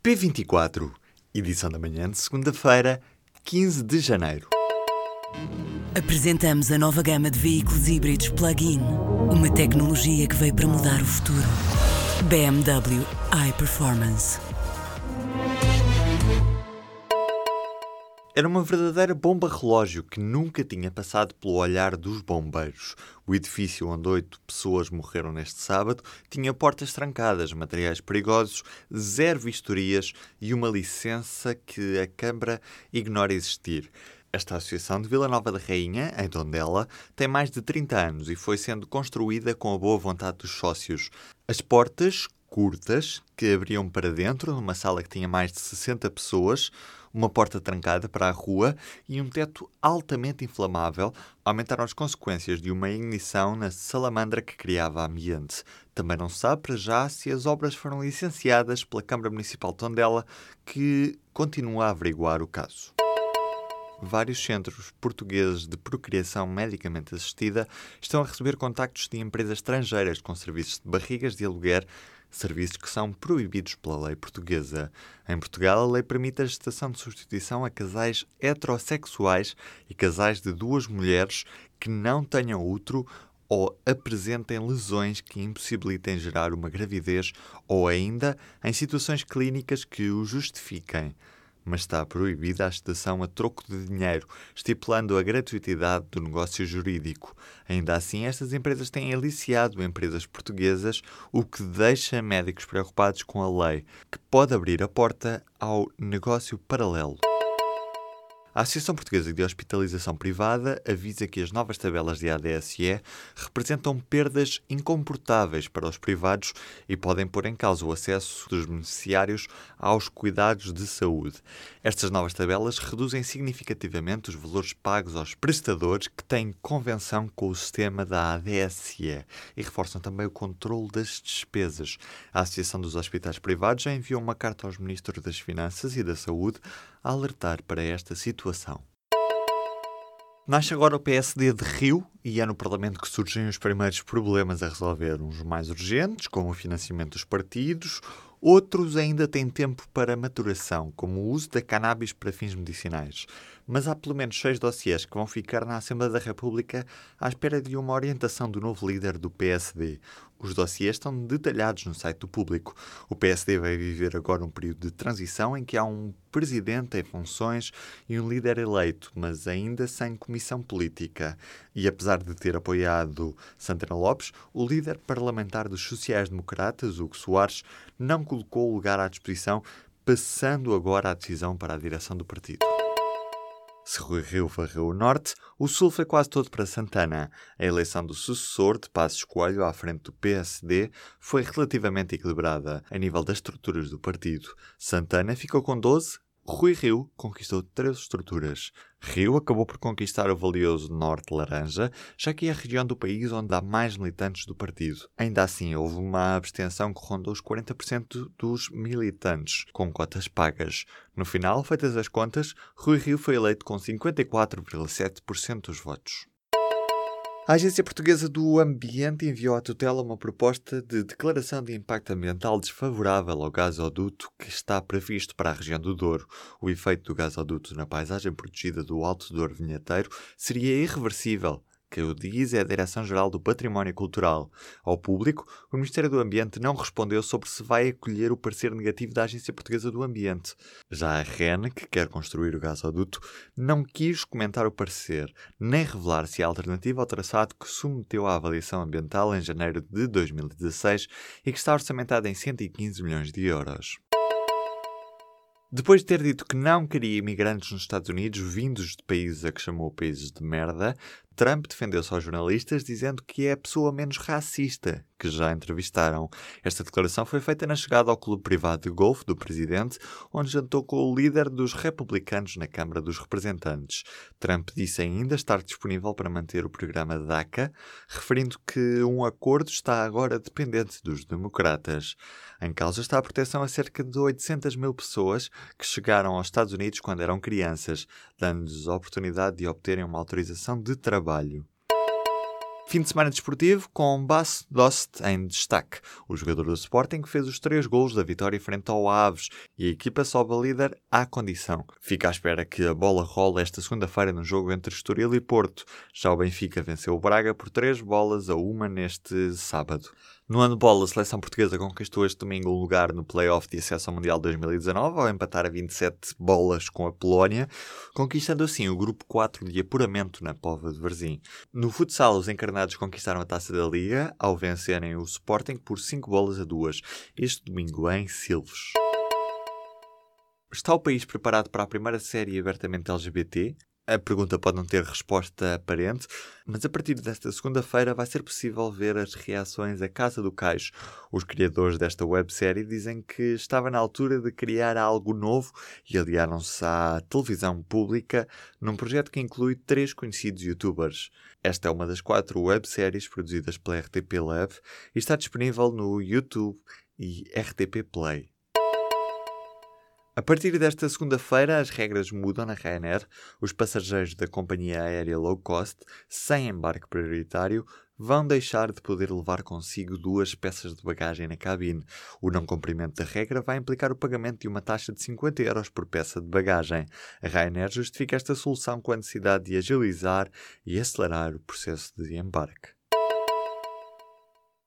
P24, edição da manhã de segunda-feira, 15 de janeiro. Apresentamos a nova gama de veículos híbridos plug-in. Uma tecnologia que veio para mudar o futuro. BMW iPerformance. Era uma verdadeira bomba relógio que nunca tinha passado pelo olhar dos bombeiros. O edifício onde 8 pessoas morreram neste sábado tinha portas trancadas, materiais perigosos, 0 vistorias e uma licença que a Câmara ignora existir. Esta associação de Vila Nova da Rainha, em Tondela, tem mais de 30 anos e foi sendo construída com a boa vontade dos sócios. As portas curtas, que abriam para dentro, numa sala que tinha mais de 60 pessoas, uma porta trancada para a rua e um teto altamente inflamável aumentaram as consequências de uma ignição na salamandra que criava ambiente. Também não se sabe para já se as obras foram licenciadas pela Câmara Municipal de Tondela, que continua a averiguar o caso. Vários centros portugueses de procriação medicamente assistida estão a receber contactos de empresas estrangeiras com serviços de barrigas de aluguer, serviços que são proibidos pela lei portuguesa. Em Portugal, a lei permite a gestação de substituição a casais heterossexuais e casais de 2 mulheres que não tenham útero ou apresentem lesões que impossibilitem gerar uma gravidez ou ainda em situações clínicas que o justifiquem. Mas está proibida a gestação a troco de dinheiro, estipulando a gratuitidade do negócio jurídico. Ainda assim, estas empresas têm aliciado empresas portuguesas, o que deixa médicos preocupados com a lei, que pode abrir a porta ao negócio paralelo. A Associação Portuguesa de Hospitalização Privada avisa que as novas tabelas de ADSE representam perdas incomportáveis para os privados e podem pôr em causa o acesso dos beneficiários aos cuidados de saúde. Estas novas tabelas reduzem significativamente os valores pagos aos prestadores que têm convenção com o sistema da ADSE e reforçam também o controle das despesas. A Associação dos Hospitais Privados já enviou uma carta aos Ministros das Finanças e da Saúde a alertar para esta situação. Nasce agora o PSD de Rio e é no Parlamento que surgem os primeiros problemas a resolver, uns mais urgentes, como o financiamento dos partidos, outros ainda têm tempo para maturação, como o uso da cannabis para fins medicinais. Mas há pelo menos 6 dossiês que vão ficar na Assembleia da República à espera de uma orientação do novo líder do PSD. Os dossiês estão detalhados no site do Público. O PSD vai viver agora um período de transição em que há um presidente em funções e um líder eleito, mas ainda sem comissão política. E apesar de ter apoiado Santana Lopes, o líder parlamentar dos sociais-democratas, Hugo Soares, não colocou o lugar à disposição, passando agora a decisão para a direção do partido. Se Rui Rio varreu o Norte, o Sul foi quase todo para Santana. A eleição do sucessor de Passos Coelho à frente do PSD foi relativamente equilibrada a nível das estruturas do partido. Santana ficou com 12, Rui Rio conquistou 13 estruturas. Rio acabou por conquistar o valioso Norte Laranja, já que é a região do país onde há mais militantes do partido. Ainda assim, houve uma abstenção que rondou os 40% dos militantes, com cotas pagas. No final, feitas as contas, Rui Rio foi eleito com 54,7% dos votos. A Agência Portuguesa do Ambiente enviou à tutela uma proposta de declaração de impacto ambiental desfavorável ao gasoduto que está previsto para a região do Douro. O efeito do gasoduto na paisagem protegida do Alto Douro Vinheteiro seria irreversível. Que o diz é a Direção-Geral do Património Cultural. Ao público, o Ministério do Ambiente não respondeu sobre se vai acolher o parecer negativo da Agência Portuguesa do Ambiente. Já a REN, que quer construir o gasoduto, não quis comentar o parecer, nem revelar se há alternativa ao traçado que submeteu à avaliação ambiental em janeiro de 2016 e que está orçamentado em 115 milhões de euros. Depois de ter dito que não queria imigrantes nos Estados Unidos vindos de países a que chamou países de merda, Trump defendeu-se aos jornalistas dizendo que é a pessoa menos racista que já entrevistaram. Esta declaração foi feita na chegada ao clube privado de golfe do presidente, onde jantou com o líder dos republicanos na Câmara dos Representantes. Trump disse ainda estar disponível para manter o programa DACA, referindo que um acordo está agora dependente dos democratas. Em causa está a proteção a cerca de 800 mil pessoas que chegaram aos Estados Unidos quando eram crianças, dando-lhes a oportunidade de obterem uma autorização de trabalho. Fim de semana desportivo com Bas Dost em destaque. O jogador do Sporting fez os 3 golos da vitória frente ao Aves e a equipa sobe a líder à condição. Fica à espera que a bola role esta segunda-feira no jogo entre Estoril e Porto. Já o Benfica venceu o Braga por 3-1 neste sábado. No handball, a seleção portuguesa conquistou este domingo um lugar no play-off de acesso ao Mundial 2019 ao empatar a 27 bolas com a Polónia, conquistando assim o grupo 4 de apuramento na Póvoa de Varzim. No futsal, os encarnados conquistaram a Taça da Liga ao vencerem o Sporting por 5-2, este domingo em Silves. Está o país preparado para a primeira série abertamente LGBT? A pergunta pode não ter resposta aparente, mas a partir desta segunda-feira vai ser possível ver as reações à Casa do Caixo. Os criadores desta websérie dizem que estava na altura de criar algo novo e aliaram-se à televisão pública num projeto que inclui 3 conhecidos youtubers. Esta é uma das 4 webséries produzidas pela RTP Lab e está disponível no YouTube e RTP Play. A partir desta segunda-feira, as regras mudam na Ryanair. Os passageiros da companhia aérea low cost, sem embarque prioritário, vão deixar de poder levar consigo 2 peças de bagagem na cabine. O não cumprimento da regra vai implicar o pagamento de uma taxa de 50 € por peça de bagagem. A Ryanair justifica esta solução com a necessidade de agilizar e acelerar o processo de embarque.